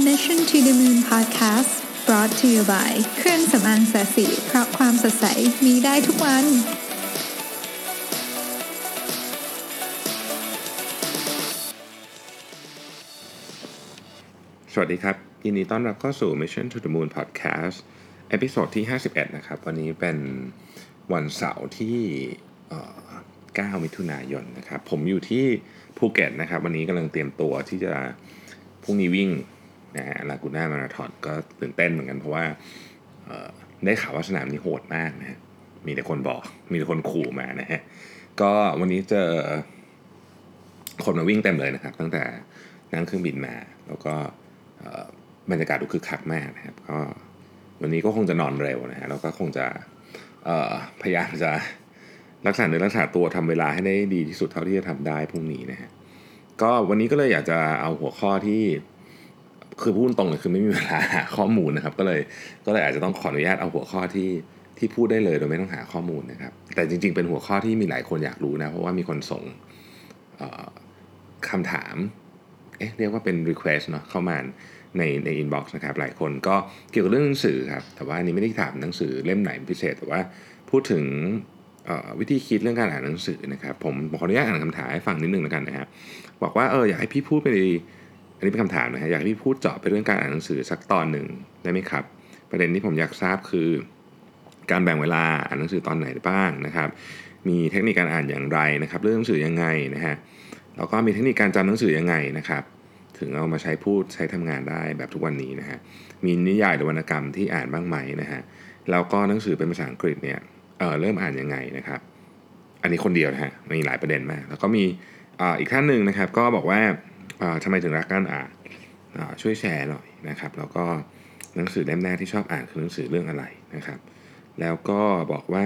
Mission to the Moon Podcast brought to you by เครื่องสำอางแสสีเพราะความสดใสมีได้ทุกวันสวัสดีครับยินดีต้อนรับเข้าสู่ Mission to the Moon Podcast เอพิโซดที่51นะครับวันนี้เป็นวันเสาร์ที่9 มิถุนายนนะครับผมอยู่ที่ภูเก็ตนะครับวันนี้กำลังเตรียมตัวที่จะพรุ่งนี้วิ่งนะฮะลากูน่ามาราธอนก็ตื่นเต้นเหมือนกันเพราะว่าได้ข่าวว่าสนามนี้โหดมากนะฮะมีแต่คนบอกมีแต่คนขู่มานะฮะก็วันนี้เจอคนมาวิ่งเต็มเลยนะครับตั้งแต่นั่งเครื่องบินมาแล้วก็บรรยากาศดูคึกคักมากนะครับก็วันนี้ก็คงจะนอนเร็วนะฮะแล้วก็คงจะพยายามจะรักษาเนื้อรักษาตัวทำเวลาให้ได้ดีที่สุดเท่าที่จะทำได้พรุ่งนี้นะฮะก็วันนี้ก็เลยอยากจะเอาหัวข้อที่คือพูดตรงเลยคือไม่มีเวลาหาข้อมูลนะครับก็เลยอาจจะต้องขออนุญาตเอาหัวข้อที่พูดได้เลยโดยไม่ต้องหาข้อมูลนะครับแต่จริงๆเป็นหัวข้อที่มีหลายคนอยากรู้นะเพราะว่ามีคนส่งคำถามเรียกว่าเป็น request เนาะเข้ามาใน inbox นะครับหลายคนก็เกี่ยวกับเรื่องหนังสือครับแต่ว่าอันนี้ไม่ได้ถามหนังสือเล่มไหนพิเศษแต่ว่าพูดถึงวิธีคิดเรื่องการอ่านหนังสือนะครับผมขออนุญาตอ่านคำถามให้ฟังนิดนึงแล้วกันนะครับบอกว่าอยากให้พี่พูดไปอันนี้เป็นคำถามนะฮะอยากให้พี่พูดเจาะไปเรื่องการอ่านหนังสือสักตอนหนึ่งได้ไหมครับประเด็นที่ผมอยากทราบคือการแบ่งเวลาอ่านหนังสือตอนไหนบ้างนะครับมีเทคนิคการอ่านอย่างไรนะครับเรื่องหนังสือยังไงนะฮะแล้วก็มีเทคนิคการจำหนังสือยังไงนะครับถึงเอามาใช้พูดใช้ทำงานได้แบบทุกวันนี้นะฮะมีนิยายหรือวรรณกรรมที่อ่านบ้างไหมนะฮะแล้วก็หนังสือเป็นภาษาอังกฤษเนี่ยเริ่มอ่านยังไงนะครับอันนี้คนเดียวนะฮะมีหลายประเด็นมากแล้วก็มีอีกท่านหนึ่งนะครับก็บอกว่าทำไมถึงรักการอ่านช่วยแชร์หน่อยนะครับแล้วก็หนังสือเล่มแรกที่ชอบอ่านคือหนังสือเรื่องอะไรนะครับแล้วก็บอกว่า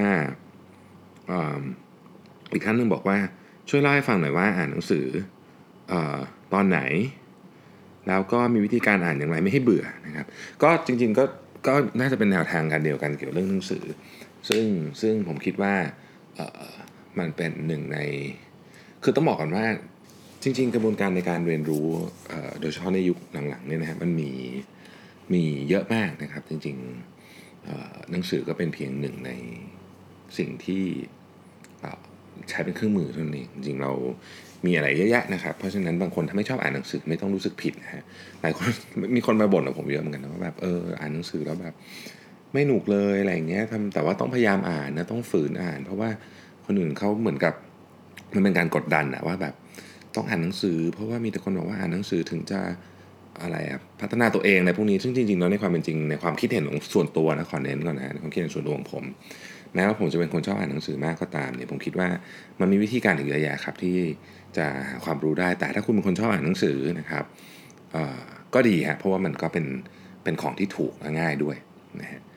อีกท่านหนึ่งบอกว่าช่วยเล่าให้ฟังหน่อยว่าอ่านหนังสือตอนไหนแล้วก็มีวิธีการอ่านอย่างไรไม่ให้เบื่อนะครับก็จริงๆก็น่าจะเป็นแนวทางกันเดียวกันเกี่ยวกับเรื่องหนังสือซึ่งผมคิดว่ามันเป็นหนึ่งในคือต้องบอกก่อนว่าจริงๆกระบวนการในการเรียนรู้โดยเฉพาะในยุคหลังๆเนี่ยนะฮะมันมีเยอะมากนะครับจริงๆหนังสือก็เป็นเพียงหนึ่งในสิ่งที่ใช้เป็นเครื่องมือเท่านั้นเองจริงๆเรามีอะไรเยอะแยะนะครับเพราะฉะนั้นบางคนถ้าไม่ชอบอ่านหนังสือไม่ต้องรู้สึกผิดนะฮะหลายคนมีคนมาบ่นกับผมเยอะเหมือนกันนะว่าแบบอ่านหนังสือแล้วแบบไม่หนุกเลยอะไรอย่างเงี้ยแต่ว่าต้องพยายามอ่านนะต้องฝืนอ่านเพราะว่าคนอื่นเขาเหมือนกับมันเป็นการกดดันอะว่าแบบต้องอ่านหนังสือเพราะว่ามีแต่คนบอกว่าอ่านหนังสือถึงจะอะไรอะพัฒนาตัวเองในพวกนี้ซึ่งจริงๆแล้วในความเป็นจริงในความคิดเห็นของส่วนตัวนะขอเน้นก่อนนะในความคิดเห็นส่วนตัวของผมแม้ว่าผมจะเป็นคนชอบอ่านหนังสือมากก็ตามเนี่ยผมคิดว่ามันมีวิธีการอีกเยอะแยะครับที่จะหาความรู้ได้แต่ถ้าคุณเป็นคนชอบอ่านหนังสือนะครับก็ดีฮะเพราะว่ามันก็เป็นของที่ถูกและง่ายด้วยนะฮะ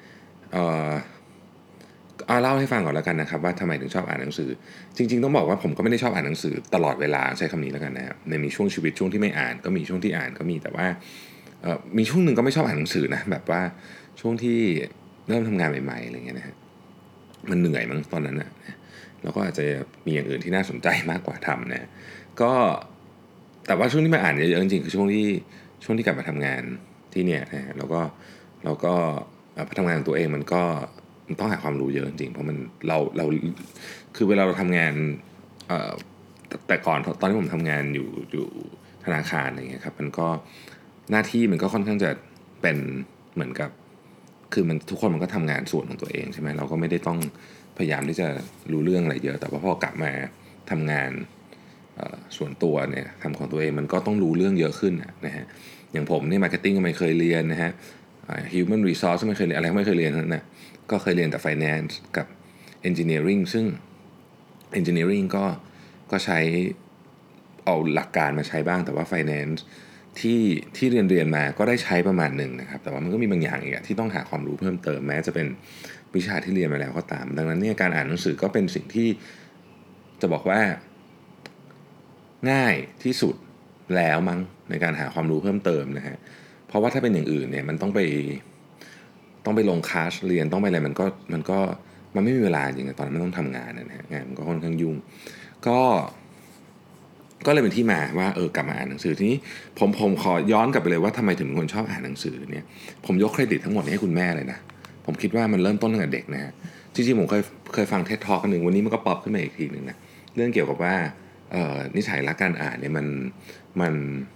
เอาเล่าให้ฟังก่อนแล้วกันนะครับว่าทำไมถึงชอบอ่านหนังสือจริงๆต้องบอกว่าผมก็ไม่ได้ชอบอ่านหนังสือตลอดเวลาใช้คำนี้แล้วกันนะครับในมีช่วงชีวิตช่วงที่ไม่อ่านก็มีช่วงที่อ่านก็มีแต่ว่ามีช่วงหนึ่งก็ไม่ชอบอ่านหนังสือนะแบบว่าช่วงที่เริ่มทำงานใหม่ๆอะไรเงี้ยนะฮะมันเหนื่อยมั้งตอนนั้นนะแล้วก็อาจจะมีอย่างอื่นที่น่าสนใจมากกว่าทำนะก็แต่ว่าช่วงที่มาอ่านเยอะๆจริงๆคือช่วงที่กลับมาทำงานที่เนี่ยนะแล้วก็ทำงานของตัวเองมันต้องหาความรู้เยอะจริงๆเพราะมันเราคือเวลาเราทำงานแต่ก่อนตอนที่ผมทำงานอยู่ธนาคารอะไรเงี้ยครับมันก็หน้าที่มันก็ค่อนข้างจะเป็นเหมือนกับคือมันทุกคนมันก็ทำงานส่วนของตัวเองใช่ไหมเราก็ไม่ได้ต้องพยายามที่จะรู้เรื่องอะไรเยอะแต่ว่าพอกลับมาทำงานส่วนตัวเนี่ยทำของตัวเองมันก็ต้องรู้เรื่องเยอะขึ้นนะฮะอย่างผมเนี่ย marketing ก็ไม่เคยเรียนนะฮะhuman resource ไม่เคยเรียนอะไรไม่เคยเรียนนั่นนะก็เคยเรียนแต่ finance กับ engineering ซึ่ง engineering ก็ใช้เอาหลักการมาใช้บ้างแต่ว่า finance ที่เรียนมาก็ได้ใช้ประมาณหนึ่งนะครับแต่ว่ามันก็มีบางอย่างอีกที่ต้องหาความรู้เพิ่มเติมแม้จะเป็นวิชาที่เรียนมาแล้วก็ตามดังนั้นเนี่ยการอ่านหนังสือก็เป็นสิ่งที่จะบอกว่าง่ายที่สุดแล้วมั้งในการหาความรู้เพิ่มเติมนะฮะเพราะว่าถ้าเป็นอย่างอื่นเนี่ยมันต้องไปลงคลาสเรียนต้องไปอะไรมันไม่มีเวลาจริงๆตอนนั้นมันต้องทำงานนะฮะงานมันก็ค่อนข้างยุ่งก็ก็เลยเป็นที่มาว่ากลับมาอ่านหนังสือทีนี้ผมขอย้อนกลับไปเลยว่าทำไมถึงเป็นคนชอบอ่านหนังสือเนี่ยผมยกเครดิตทั้งหมดนี้ให้คุณแม่เลยนะผมคิดว่ามันเริ่มต้นตั้งแต่เด็กนะฮะจริงๆผมเคยฟัง TED Talk กันหนึ่งวันนี้มันก็ป๊อปขึ้นมาอีกทีนึงนะเรื่องเกี่ยวกับว่านิสัยรักการอ่านเนี่ยมัน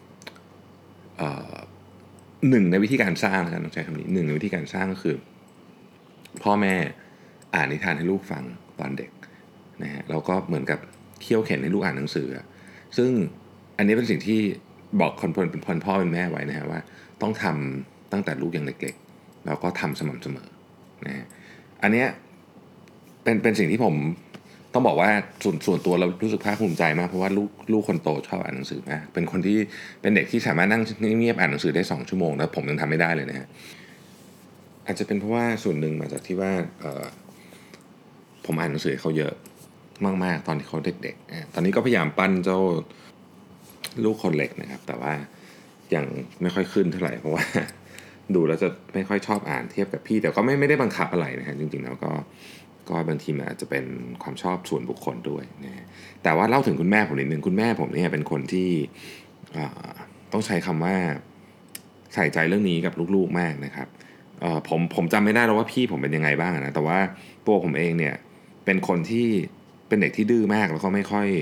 หนึ่งในวิธีการสร้างนะครับต้องใช้คำนี้หนึ่งในวิธีการสร้างก็คือพ่อแม่อ่านนิทานให้ลูกฟังตอนเด็กนะฮะแล้วก็เหมือนกับเคี่ยวเข็นให้ลูกอ่านหนังสือซึ่งอันนี้เป็นสิ่งที่บอกคนเป็นพ่อเป็นแม่ไว้นะฮะว่าต้องทำตั้งแต่ลูกยังเล็กๆแล้วก็ทำสม่ำเสมอนะฮะอันเนี้ยเป็นสิ่งที่ผมต้องบอกว่าส่วนตัวเรารู้สึกภาคภูมิใจมากเพราะว่าลูกคนโตชอบอ่านหนังสือมากเป็นคนที่เป็นเด็กที่สามารถนั่งเงียบอ่านหนังสือได้2 ชั่วโมงแล้วผมยังทำไม่ได้เลยนะฮะอาจจะเป็นเพราะว่าส่วนหนึ่งมาจากที่ว่าผมอ่านหนังสือเขาเยอะมากๆตอนที่เขาเด็กๆตอนนี้ก็พยายามปั้นเจ้าลูกคนเล็กนะครับแต่ว่ายังไม่ค่อยขึ้นเท่าไหร่เพราะว่าดูแล้วจะไม่ค่อยชอบอ่านเทียบกับพี่แต่ก็ไม่ได้บังคับอะไรนะฮะจริงๆแล้วก็บางทีมันอาจจะเป็นความชอบส่วนบุคคลด้วยนะแต่ว่าเล่าถึงคุณแม่ผมนิดนึงคุณแม่ผมเนี่ยเป็นคนที่ต้องใช้คำว่าใส่ใจเรื่องนี้กับลูกๆมากนะครับผมจำไม่ได้แล้วว่าพี่ผมเป็นยังไงบ้างนะแต่ว่าตัวผมเองเนี่ยเป็นคนที่เป็นเด็กที่ดื้อมากแล้วก็ไม่ค่อย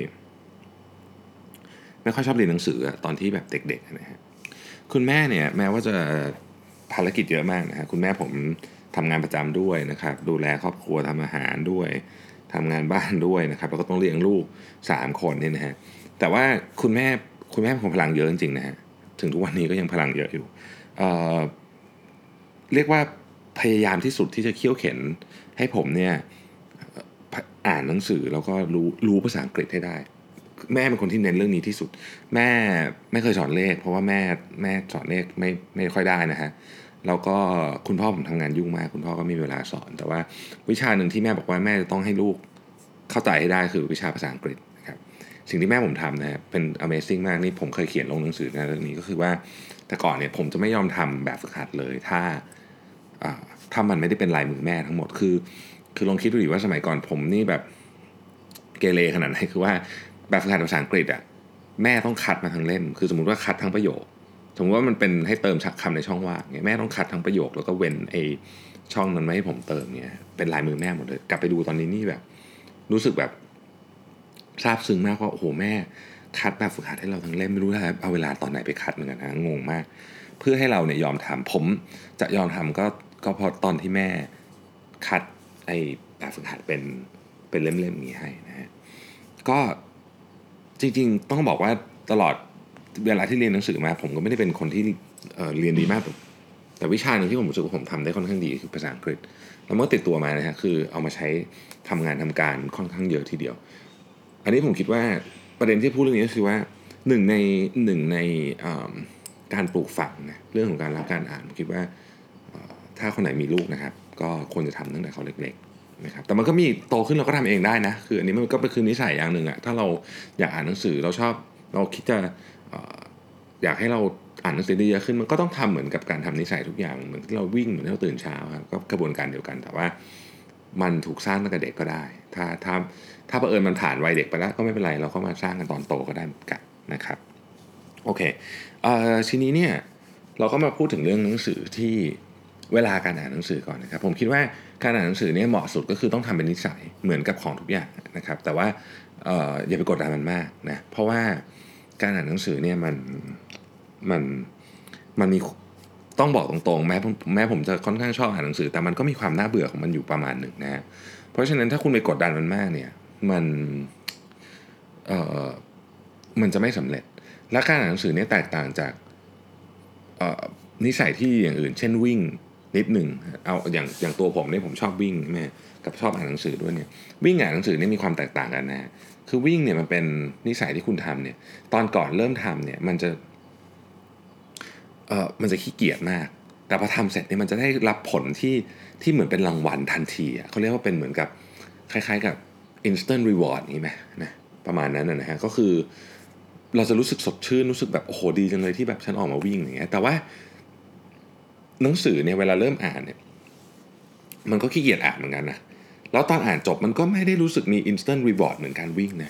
ชอบเรียนหนังสือตอนที่แบบเด็กๆนะฮะคุณแม่เนี่ยแม้ว่าจะภารกิจเยอะมากนะฮะคุณแม่ผมทำงานประจำด้วยนะครับดูแลครอบครัวทำอาหารด้วยทำงานบ้านด้วยนะครับแล้วก็ต้องเลี้ยงลูก3 คนเนี่ยนะฮะแต่ว่าคุณแม่เป็นคนพลังเยอะจริงๆนะฮะถึงทุกวันนี้ก็ยังพลังเยอะอยู่เรียกว่าพยายามที่สุดที่จะเคี่ยวเข็นให้ผมเนี่ยอ่านหนังสือแล้วก็รู้ภาษาอังกฤษให้ได้แม่เป็นคนที่เน้นเรื่องนี้ที่สุดแม่ไม่เคยสอนเลขเพราะว่าแม่สอนเลขไม่ค่อยได้นะฮะแล้วก็คุณพ่อผมทำงานยุ่งมากคุณพ่อก็ไม่มีเวลาสอนแต่ว่าวิชาหนึ่งที่แม่บอกว่าแม่จะต้องให้ลูกเข้าใจให้ได้คือวิชาภาษาอังกฤษนะครับสิ่งที่แม่ผมทำนะเป็น Amazing มากนี่ผมเคยเขียนลงหนังสือในเรื่องนี้ก็คือว่าแต่ก่อนเนี่ยผมจะไม่ยอมทำแบบฝึกหัดเลยถ้ามันไม่ได้เป็นลายมือแม่ทั้งหมดคือลองคิดดูดิว่าสมัยก่อนผมนี่แบบเกเรขนาดไหนคือว่าแบบฝึกหัดภาษาอังกฤษแม่ต้องคัดมาทั้งเล่มคือสมมุติว่าคัดทั้งประโยคสมมติว่ามันเป็นให้เติมคำในช่องว่างเนี่ยแม่ต้องคัดทั้งประโยคแล้วก็เว้นไอ้ช่องนั้นไม่ให้ผมเติมเนี่ยเป็นลายมือแม่หมดเลยกลับไปดูตอนนี้นี่แบบรู้สึกแบบซาบซึ้งมากว่าโอ้โหแม่คัดแบบฝึกหัดให้เราทั้งเล่มไม่รู้เอาเวลาตอนไหนไปคัดเหมือนกันนะงงมากเพื่อให้เราเนี่ยยอมทำผมจะยอมทำก็พอตอนที่แม่คัดไอ้แบบฝึกหัดเป็นเล่มๆอย่างนี้ให้นะฮะก็จริงๆต้องบอกว่าตลอดเวลาที่เรียนหนังสือมาผมก็ไม่ได้เป็นคนที่เรียนดีมากแต่วิชาหนึ่งที่ผมรู้สึกว่าผมทำได้ค่อนข้างดีคือภาษาอังกฤษแล้วมันก็ติดตัวมานะฮะคือเอามาใช้ทำงานทำการค่อนข้างเยอะทีเดียวอันนี้ผมคิดว่าประเด็นที่พูดเรื่องนี้ก็คือว่าหนึ่งในการปลูกฝังนะเรื่องของการรักการอ่านผมคิดว่าถ้าคนไหนมีลูกนะครับก็ควรจะทำตั้งแต่เขาเล็กๆนะครับแต่มันก็มีโตขึ้นเราก็ทำเองได้นะคืออันนี้มันก็เป็นคือนิสัยอย่างหนึ่งอะถ้าเราอยากอ่านหนังสือเราคิดจะอยากให้เราอ่านหนังสือได้เยอะขึ้นมันก็ต้องทำเหมือนกับการทำนิสัยทุกอย่างเหมือนที่เราวิ่งเหมือนที่เราตื่นเช้าครับก็กระบวนการเดียวกันแต่ว่ามันถูกสร้างตั้งแต่เด็กก็ได้ถ้าเผอิญมันผ่านวัยเด็กไปแล้วก็ไม่เป็นไรเราก็มาสร้างกันตอนโตก็ได้เหมือนกันนะครับโอเคทีนี้เนี่ยเราก็มาพูดถึงเรื่องหนังสือที่เวลาการอ่านหนังสือก่อนนะครับผมคิดว่าการอ่านหนังสือเนี่ยเหมาะสุดก็คือต้องทำเป็นนิสัยเหมือนกับของทุกอย่างนะครับแต่ว่าอย่าไปกดดันมันมากนะเพราะว่าการอ่านหนังสือเนี่ยมันมีต้องบอกตรงๆแม้ผมจะค่อนข้างชอบอ่านหนังสือแต่มันก็มีความน่าเบื่อของมันอยู่ประมาณหนึ่งนะฮะเพราะฉะนั้นถ้าคุณไปกดดันมันมากเนี่ยมันจะไม่สำเร็จและการอ่านหนังสือเนี่ยแตกต่างจากนิสัยที่อย่างอื่นเช่นวิ่งนิดหนึ่งเอาอย่างตัวผมเนี่ยผมชอบวิ่งแม่กับชอบอ่านหนังสือด้วยเนี่ยวิ่งอ่านหนังสือเนี่ยมีความแตกต่างกันนะคือวิ่งเนี่ยมันเป็นนิสัยที่คุณทำเนี่ยตอนก่อนเริ่มทำเนี่ยมันจะขี้เกียจมากแต่พอทำเสร็จเนี่ยมันจะได้รับผลที่เหมือนเป็นรางวัลทันทีเขาเรียกว่าเป็นเหมือนกับคล้ายๆกับ instant reward นี่ไหมนะประมาณนั้นนะฮะก็คือเราจะรู้สึกสดชื่นรู้สึกแบบโอ้โหดีจังเลยที่แบบฉันออกมาวิ่งอย่างเงี้ยแต่ว่าหนังสือเนี่ยเวลาเริ่มอ่านเนี่ยมันก็ขี้เกียจอ่านเหมือนกันนะแล้วตอนอ่านจบมันก็ไม่ได้รู้สึกมี instant reward เหมือนการวิ่งนะ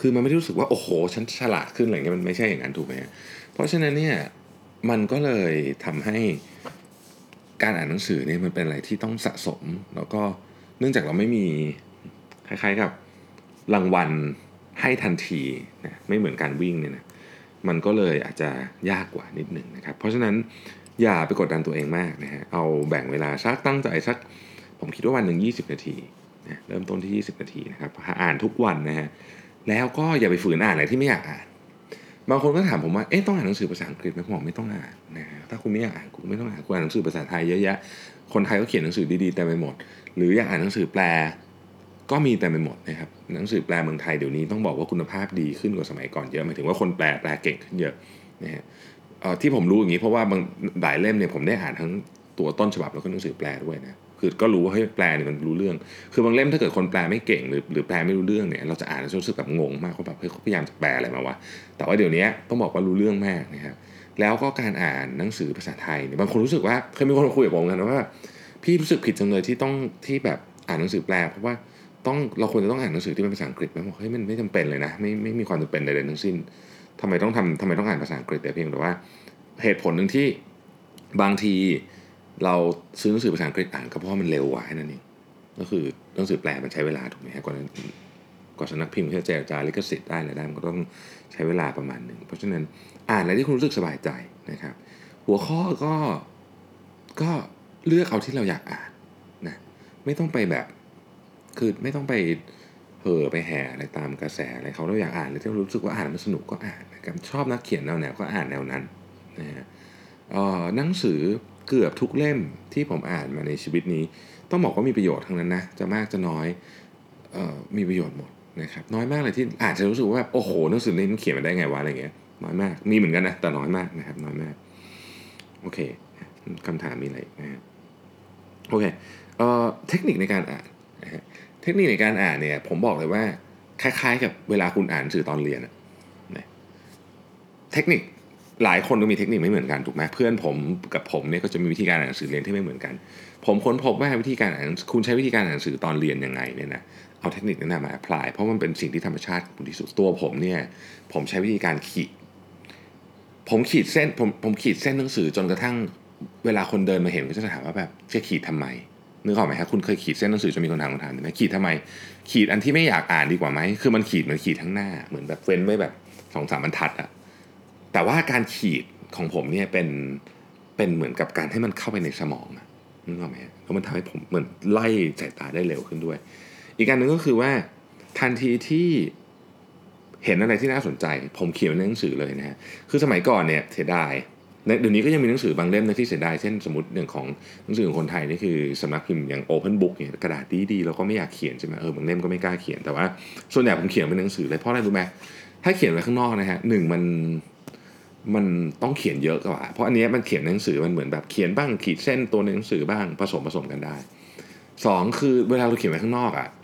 คือมันไม่ได้รู้สึกว่าโอ้โหฉันฉลาดขึ้นอะไรเงี้ยมันไม่ใช่อย่างนั้นถูกไหมเพราะฉะนั้นเนี่ยมันก็เลยทำให้การอ่านหนังสือเนี่ยมันเป็นอะไรที่ต้องสะสมแล้วก็เนื่องจากเราไม่มีคล้ายๆกับรางวัลให้ทันทีนะไม่เหมือนการวิ่งเนี่ยนะมันก็เลยอาจจะยากกว่านิดหนึ่งนะครับเพราะฉะนั้นอย่าไปกดดันตัวเองมากนะฮะเอาแบ่งเวลาสักตั้งใจสักผมคิดว่าวันหนึ่ง20 นาทีนะเริ่มต้นที่20 นาทีนะครับอ่านทุกวันนะฮะแล้วก็อย่าไปฝืนอ่านอะไรที่ไม่อยากอ่านบางคนก็ถามผมว่าต้องอ่านหนังสือภาษาอังกฤษไหมผมบอกไม่ต้องอ่านนะฮะถ้าคุณไม่อยากอ่านคุณไม่ต้องอ่านคุณอ่านหนังสือภาษาไทยเยอะแยะคนไทยก็เขียนหนังสือดีๆเต็มไปหมดหรืออยากอ่านหนังสือแปลก็มีเต็มไปหมดนะครับหนังสือแปลเมืองไทยเดี๋ยวนี้ต้องบอกว่าคุณภาพดีขึ้นกว่าสมัยก่อนเยอะหมายถึงว่าคนแปลเก่งขึ้นเยอะนะฮะที่ผมรู้อย่างนี้เพราะว่าบางหลายเล่มเนี่ยผมได้อ่านทั้งตัวต้นฉบับแล้วก็หนังสือแปลด้วยนะคือก็รู้ว่าให้แปลเนี่ยมันรู้เรื่องคือบางเล่มถ้าเกิดคนแปลไม่เก่งหรือแปลไม่รู้เรื่องเนี่ยเราจะอ่านแล้วรู้สึกแบบงงมากเขาแบบเขาพยายามจะแปลอะไรมาวะแต่ว่าเดี๋ยวนี้ต้องบอกว่ารู้เรื่องมากนะครับแล้วก็การอ่านหนังสือภาษาไทยเนี่ยบางคนรู้สึกว่าเคยมีคนคุยกับผมกันว่าพี่รู้สึกผิดจังเลยที่แบบอ่านหนังสือแปลเพราะว่าเราควรจะต้องอ่านหนังสือที่เป็นภาษาอังกฤษไหมบอกเฮ้ยมันไม่จำเป็นเลยนะไม่มีความจำเป็นใดๆทั้งสิ้นทำไมต้องอ่านภาษาอังกฤษแต่เพียงแต่ว่าเหตุผลหนึ่งที่บางทีเราซื้อหนังสือภาษาอังกฤษอ่านก็เพราะมันเร็วกว่านั่นเองก็คือหนังสือแปลมันใช้เวลาถูกไหมฮะกว่าสำนักพิมพ์จะเจรจาลิขสิทธิ์ได้อะไรได้มันก็ต้องใช้เวลาประมาณหนึ่งเพราะฉะนั้นอ่านอะไรที่คุณรู้สึกสบายใจนะครับหัวข้อก็เลือกเอาที่เราอยากอ่านนะไม่ต้องไปแบบคือไม่ต้องไปไปแห่อะไรตามกระแสอะไรเขาเราอยากอ่านเลยที่เรารู้สึกว่าอ่านมันสนุกก็อ่านนะครับชอบนักเขียนแนวก็อ่านแนวนั้นนะฮะหนังสือเกือบทุกเล่มที่ผมอ่านมาในชีวิตนี้ต้องบอกว่ามีประโยชน์ทั้งนั้นนะจะมากจะน้อยมีประโยชน์หมดนะครับน้อยมากเลยที่อาจจะรู้สึกว่าโอ้โหหนังสือนี้มันเขียนมาได้ไงวะอะไรเงี้ยน้อยมากมีเหมือนกันนะแต่น้อยมากนะครับน้อยมากโอเคคำถามมีอะไรนะฮะโอเคเทคนิคในการอ่านนะฮะเทคนิคในการอ่านเนี่ยผมบอกเลยว่าคล้ายๆกับเวลาคุณอ่านหนังสือตอนเรียนนะเทคนิคหลายคนก็มีเทคนิคไม่เหมือนกันถูกไหมเพื่อนผมกับผมเนี่ยก็จะมีวิธีการอ่านหนังสือเรียนที่ไม่เหมือนกันผมค้นพบว่าวิธีการอ่านคุณใช้วิธีการอ่านหนังสือตอนเรียนยังไงเนี่ยนะเอาเทคนิคนั้นมาแอพพลายเพราะมันเป็นสิ่งที่ธรรมชาติของคุณที่สุดตัวผมเนี่ยผมใช้วิธีการขีดเส้นผมขีดเส้นหนังสือจนกระทั่งเวลาคนเดินมาเห็นก็จะถามว่าแบบจะขีดทำไมนึกออกไหมครับคุณเคยขีดเส้นหนังสือจะมีคนถามไหมขีดทำไมขีดอันที่ไม่อยากอ่านดีกว่าไหมคือมันขีดทั้งหน้าเหมือนแบบเว้นไว้แบบ2-3 บรรทัดอะแต่ว่าการขีดของผมเนี่ยเป็นเหมือนกับการให้มันเข้าไปในสมองนึกออกไหมแล้วมันทำให้ผมเหมือนไล่สายตาได้เร็วขึ้นด้วยอีกการหนึ่งก็คือว่าทันทีที่เห็นอะไรที่น่าสนใจผมเขียนในหนังสือเลยนะฮะคือสมัยก่อนเนี่ยเสียดายเดี๋ยวนี้ก็ยังมีหนังสือบางเล่มนะที่เสียดายเช่นสมมติอย่างของหนังสือของคนไทยนี่คือสำนักพิมพ์อย่าง Open Book เนี่ยกระดาษดีๆเราก็ไม่อยากเขียนใช่ไหมบางเล่มก็ไม่กล้าเขียนแต่ว่าส่วนใหญ่ผมเขียนเป็นหนังสือเลยเพราะอะไรรู้ไหมถ้าเขียนไว้ข้างนอกนะฮะหนึ่งมันต้องเขียนเยอะกว่าเพราะอันนี้มันเขียนหนังสือมันเหมือนแบบเขียนบ้างขีดเส้นตัวในหนังสือบ้างผสมกันได้สองคือเวลาเราเขียนไว้ข้างนอกอ่ะ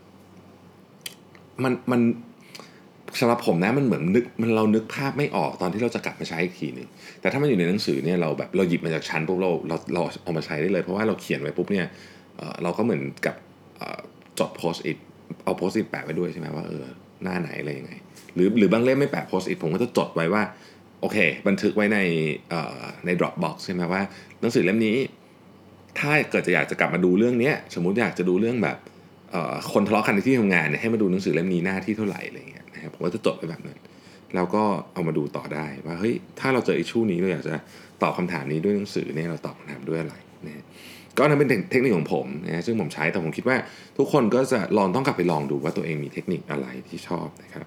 มันสำหรับผมนะมันเหมือนเรานึกภาพไม่ออกตอนที่เราจะกลับมาใช้อีกทีนึงแต่ถ้ามันอยู่ในหนังสือเนี่ยเราหยิบมาจากชั้นปุ๊บเราเอามาใช้ได้เลยเพราะว่าเราเขียนไว้ปุ๊บเนี่ยเราก็เหมือนกับจดโพสต์อิทเอาโพสต์อิทแปะไว้ด้วยใช่ไหมว่าหน้าไหนอะไรยังไงหรือบางเล่มไม่แปะโพสต์อิทผมก็จะจดไว้ว่าโอเคบันทึกไว้ใน Dropbox ใช่ไหมว่าหนังสือเล่มนี้ถ้าเกิดจะอยากจะกลับมาดูเรื่องนี้สมมุติอยากจะดูเรื่องแบบคนทะเลาะกันในที่ทำงานเนี่ยให้มาดูหนังสือเล่มนี้หน้าที่เท่าไหร่อะไรเงี้ยนะครับผมก็จะจดไว้แบบนั้นแล้วก็เอามาดูต่อได้ว่าเฮ้ยถ้าเราเจออิชชูนี้เราอยากจะตอบคำถามนี้ด้วยหนังสือเนี่ยเราตอบคำถามด้วยอะไรนะก็นั่นเป็นเทคนิคของผมนะซึ่งผมใช้แต่ผมคิดว่าทุกคนก็จะต้องกลับไปลองดูว่าตัวเองมีเทคนิคอะไรที่ชอบนะครับ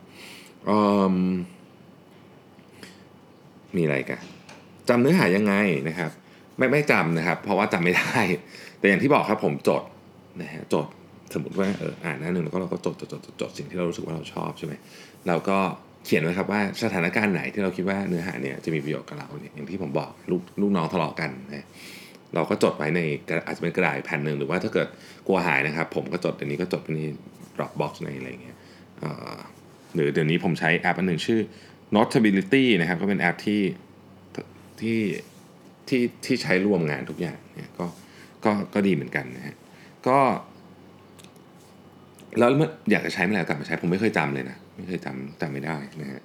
มีอะไรกันจำเนื้อหายังไงนะครับไม่จำนะครับเพราะว่าจำไม่ได้แต่อย่างที่บอกครับผมจดนะฮะจดสมมติว่าอ่านหน้าหนึ่งแล้วก็เราก็จดสิ่งที่เรารู้สึกว่าเราชอบใช่ไหมเราก็เขียนไว้ครับว่าสถานการณ์ไหนที่เราคิดว่าเนื้อหาเนี่ยจะมีประโยชน์กับเราเนี่ยอย่างที่ผมบอกลูกน้องทะเลาะกันนะเราก็จดไว้ในอาจจะเป็นกระดาษแผ่นหนึ่งหรือว่าถ้าเกิดกลัวหายนะครับผมก็จดเดี๋ยวนี้ก็จดใน Dropbox ในอะไรเงี้ยหรือเดี๋ยวนี้ผมใช้แอปอันหนึ่งชื่อ Notability นะครับก็เป็นแอปที่ใช้รวมงานทุกอย่างเนี่ยก็ดีเหมือนกันนะฮะก็แล้วเมื่ออยากจะใช้เมื่อไหร่กลับมาใช้ผมไม่เคยจำเลยนะไม่เคยจำไม่ได้นะฮะ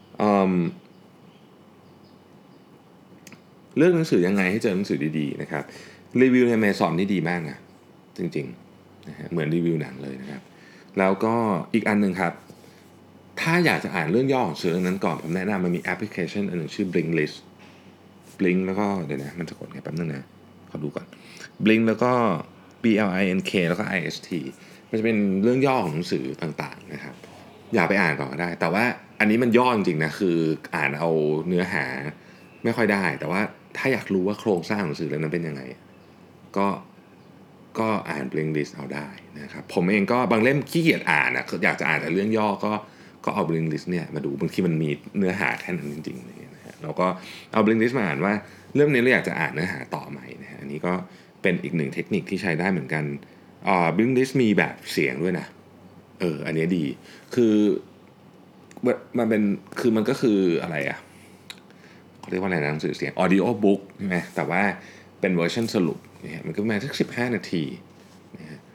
เลือกหนังสือยังไงให้เจอหนังสือดีๆนะครับรีวิวใน Amazon นี่ดีมากนะจริงๆนะฮะเหมือนรีวิวหนังเลยนะครับแล้วก็อีกอันนึงครับถ้าอยากจะอ่านเรื่องย่อของหนังสือเรื่องนั้นก่อนผมแนะนำมันมีแอปพลิเคชันอันหนึ่งชื่อ Blinkist Blink แล้วก็เดี๋ยวนะมันจะกดไงแป๊บนึงนะขอดูก่อน Blink แล้วก็ BLINK แล้วก็ IST มันจะเป็นเรื่องย่อของหนังสือต่างๆนะครับอย่าไปอ่านก่อนก็ได้แต่ว่าอันนี้มันย่อจริงๆนะคืออ่านเอาเนื้อหาไม่ค่อยได้แต่ว่าถ้าอยากรู้ว่าโครงสร้างของหนังสือเล่มนั้นเป็นยังไงก็อ่าน Blinkist เอาได้นะครับผมเองก็บางเล่มขี้เกียจอ่านนะอยากจะอ่านแต่เรื่องย่อก็เอา Blinkist เนี่ยมาดูบางทีมันมีเนื้อหาแค่นั้นจริงๆนะฮะเราก็เอา Blinkist มาอ่านว่าเรื่องนี้เราอยากจะอ่านเนื้อหาต่อไหมนะฮะอันนี้ก็เป็นอีกหนึ่งเทคนิคที่ใช้ได้เหมือนกันBlinkist มีแบบเสียงด้วยนะอันนี้ดีคือมันเป็นคือมันก็คืออะไรอ่ะเขาเรียกว่าอะไรนะหนังสือเสียง audio book ใช่ไหมแต่ว่าเป็นเวอร์ชันสรุปเนี่ยมันก็ประมาณสัก15 นาทีนะฮะ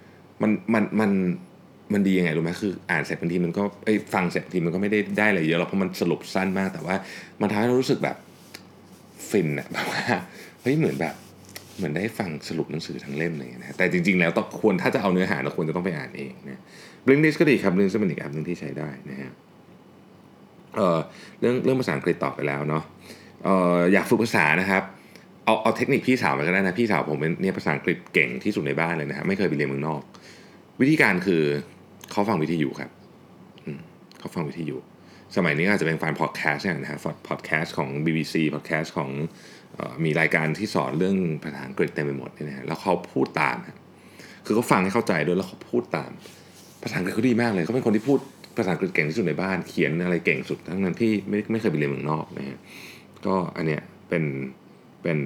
มันดียังไงรู้ไหมคืออ่านเสร็จบางทีมันก็ฟังเสร็จบางทีมันก็ไม่ได้อะไรเยอะหรอกเพราะมันสรุปสั้นมากแต่ว่ามันทำให้เรารู้สึกแบบฟินอะแบบว่าเฮ้ยเหมือนได้ฟังสรุปหนังสือทั้งเล่มเลยนะแต่จริงๆแล้วต้องควรถ้าจะเอาเนื้อหาเราควรจะต้องไปอ่านเองนะ Blinkist ก็ดีครับ Blinkist เป็นอีกแอปนึงที่ใช้ได้นะฮะเรื่องภาษาอังกฤษตอบไปแล้วเนาะอยากฝึกภาษานะครับเอาเทคนิคพี่สาวมาก็ได้นะพี่สาวผมเป็นเนี่ยภาษาอังกฤษเก่งที่สุดในบ้านเลยนะฮะไม่เคยไปเรียนเมืองนอกวิธีการคือเขาฟังวิทยุครับเขาฟังวิทยุสมัยนี้อาจจะเป็นฟังพอดแคสต์นะฮะพอดแคสต์ของ BBC พอดแคสต์ของมีรายการที่สอนเรื่องภาษาอังกฤษเต็มไปหมดนะฮะแล้วเขาพูดตามคือเขาฟังให้เข้าใจด้วยแล้วเขาพูดตามภาษาอังกฤษเขาดีมากเลยเขาเป็นคนที่พูดภาษาอังกฤษเก่งที่สุดในบ้านเขียนอะไรเก่งสุดทั้งนั้นที่ไม่เคยไปเรียนเมืองนอกนะฮะก็อันเนี้ยเป็น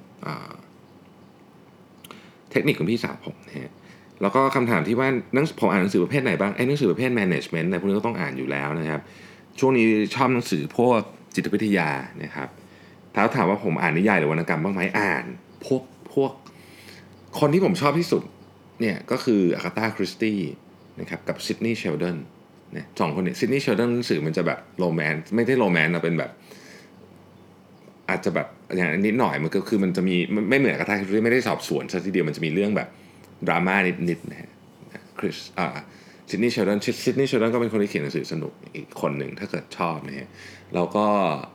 เทคนิคของพี่สาวผมนะฮะแล้วก็คำถามที่ว่าผมอ่านหนังสือประเภทไหนบ้างหนังสือประเภท management พวกนี้ก็ต้องอ่านอยู่แล้วนะครับช่วงนี้ชอบหนังสือพวกจิตวิทยานะครับถ้าถามว่าผมอ่านนิยายหรือวรรณกรรมบ้างไหมอ่านพวกคนที่ผมชอบที่สุดเนี่ยก็คืออากาธาคริสตี้นะครับกับซิดนีย์เชลดอนเนี่ยสองคนเนี่ยซิดนีย์เชลดอนหนังสือมันจะแบบโรแมนต์ไม่ได้โรแมนต์นะเป็นแบบอาจจะแบบอย่างนิดหน่อยมันก็คือมันจะมีไม่เหมือนกับทางที่ไม่ได้สอบสวนซะทีเดียวมันจะมีเรื่องแบบดราม่านิดๆนะฮะคริสซิดนีย์เชลดอนก็เป็นคนที่เขียนหนังสือสนุกอีกคนหนึ่งถ้าเกิดชอบนะฮะแล้วก็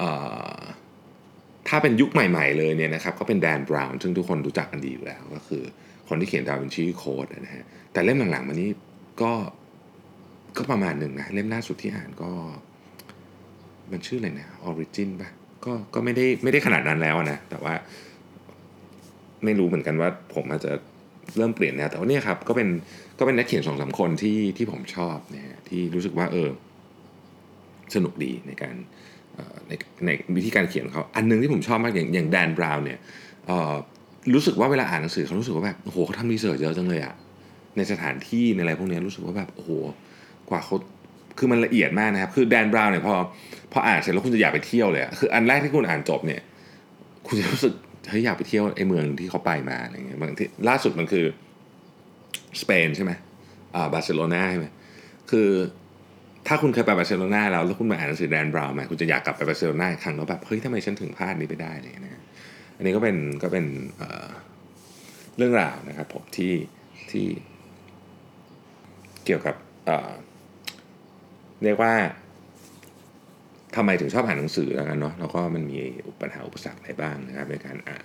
ถ้าเป็นยุคใหม่ๆเลยเนี่ยนะครับก็เป็นแดนบราวน์ซึ่งทุกคนรู้จักกันดีอยู่แล้วก็คือคนที่เขียนดาวินชีโค้ดนะฮะแต่เล่มหลังๆมานี้ก็ประมาณหนึ่งนะเล่มล่าสุดที่อ่านก็มันชื่ออะไรนะออริจินป่ะก็ไม่ได้ขนาดนั้นแล้วนะแต่ว่าไม่รู้เหมือนกันว่าผมอาจจะเริ่มเปลี่ยนแนวแต่ว่าเนี่ยครับก็เป็นนักเขียน 2-3 คนที่ผมชอบนะที่รู้สึกว่าสนุกดีในการในวิธีการเขียนของเขาอันนึงที่ผมชอบมากอย่างแดนบราวน์เนี่ยรู้สึกว่าเวลาอ่านหนังสือเขารู้สึกว่าแบบโอ้โหเขาทำรีเสิร์ชเยอะจังเลยอะในสถานที่ในอะไรพวกนี้รู้สึกว่าแบบโอ้โหกว่าเขาคือมันละเอียดมากนะครับคือแดนบราวน์เนี่ยพออ่านเสร็จแล้วคุณจะอยากไปเที่ยวเลยคืออันแรกที่คุณอ่านจบเนี่ยคุณจะรู้สึกเฮ้ยอยากไปเที่ยวไอ้เมืองที่เขาไปมาอะไรเงี้ยบางที่ล่าสุดมันคือสเปนใช่ไหมบาร์เซโลนาใช่ไหมคือถ้าคุณเคยไปบาร์เซโลนาแล้วคุณมาอ่านหนังสือแดนบราวน์มาคุณจะอยากกลับไปบาร์เซโลนาอีกครั้งแล้วแบบเฮ้ยทำไมฉันถึงพลาดนี้ไปได้เลยนะอันนี้ก็เป็นเรื่องราวนะครับผมที่เกี่ยวกับเรียกว่าทำไมถึงชอบอ่านหนังสือแล้วกันเนาะแล้วก็มันมีปัญหาอุปสรรคอะไรบ้างนะครับในการอ่าน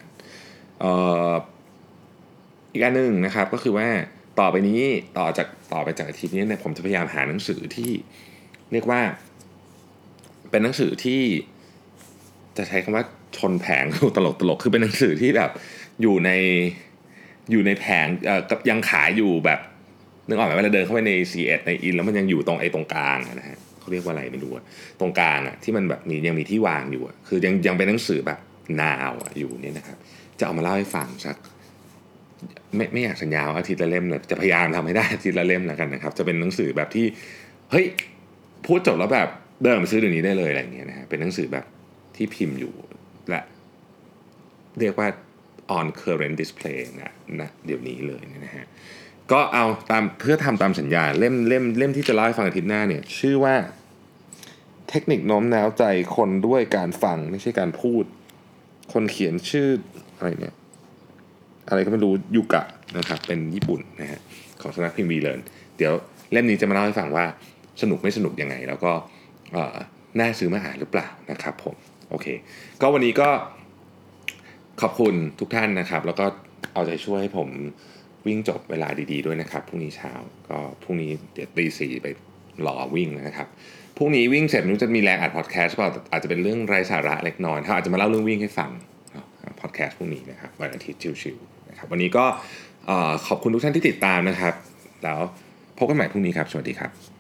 อีกอันหนึ่งนะครับก็คือว่าต่อไปจากอาทิตย์นี้เนี่ยผมจะพยายามหาหนังสือที่เรียกว่าเป็นหนังสือที่จะใช้คำว่าชนแผงตลกคือเป็นหนังสือที่แบบอยู่ในแผงกับยังขายอยู่แบบนึกออกไหมเวลาเดินเข้าไปใน C1 ในอินแล้วมันยังอยู่ตรงกลางนะฮะเขาเรียกว่าอะไรไม่รู้ตรงกลางที่มันแบบยังมีที่วางอยู่คือยังเป็นหนังสือแบบนาวอยู่เนี่ยนะครับจะเอามาเล่าให้ฟังสักไม่อยากสัญญาว่าอาทิตย์ละเล่มเลยจะพยายามทำให้ได้อาทิตย์ละเล่มแล้วกันนะครับจะเป็นหนังสือแบบที่เฮ้ยพูดจบแล้วแบบเดินไปซื้อเดี๋ยวนี้ได้เลยอะไรอย่างเงี้ยนะฮะเป็นหนังสือแบบที่พิมพ์อยู่และเรียกว่า on current display นะเดี๋ยวนี้เลยนะฮะก็เอาตามเพื่อทำตามสัญญาเล่มที่จะเล่าให้ฟังอาทิตย์หน้าเนี่ยชื่อว่าเทคนิคโน้มน้าวใจคนด้วยการฟังไม่ใช่การพูดคนเขียนชื่ออะไรเนี่ยอะไรก็ไม่รู้ยุกะนะครับเป็นญี่ปุ่นนะฮะของสำนักพิมพ์วีเลนเดี๋ยวเล่มนี้จะมาเล่าให้ฟังว่าสนุกไม่สนุกยังไงแล้วก็น่าซื้อมาอ่านหรือเปล่านะครับผมโอเคก็วันนี้ก็ขอบคุณทุกท่านนะครับแล้วก็เอาใจช่วยให้ผมวิ่งจบเวลาดีๆด้วยนะครับพรุ่งนี้เช้าก็พรุ่งนี้เดี๋ยวตี 4ไปรอวิ่งนะครับพรุ่งนี้วิ่งเสร็จนู้จะมีแรงอัดพอดแคสต์เปล่าอาจจะเป็นเรื่องไร้สาระเล็กน้อยถ้าอาจจะมาเล่าเรื่องวิ่งให้ฟังพอดแคสต์พรุ่งนี้นะครับวันอาทิตย์ชิวๆนะครับวันนี้ก็ขอบคุณทุกท่านที่ติดตามนะครับแล้วพบกันใหม่พรุ่งนี้ครับสวัสดีครับ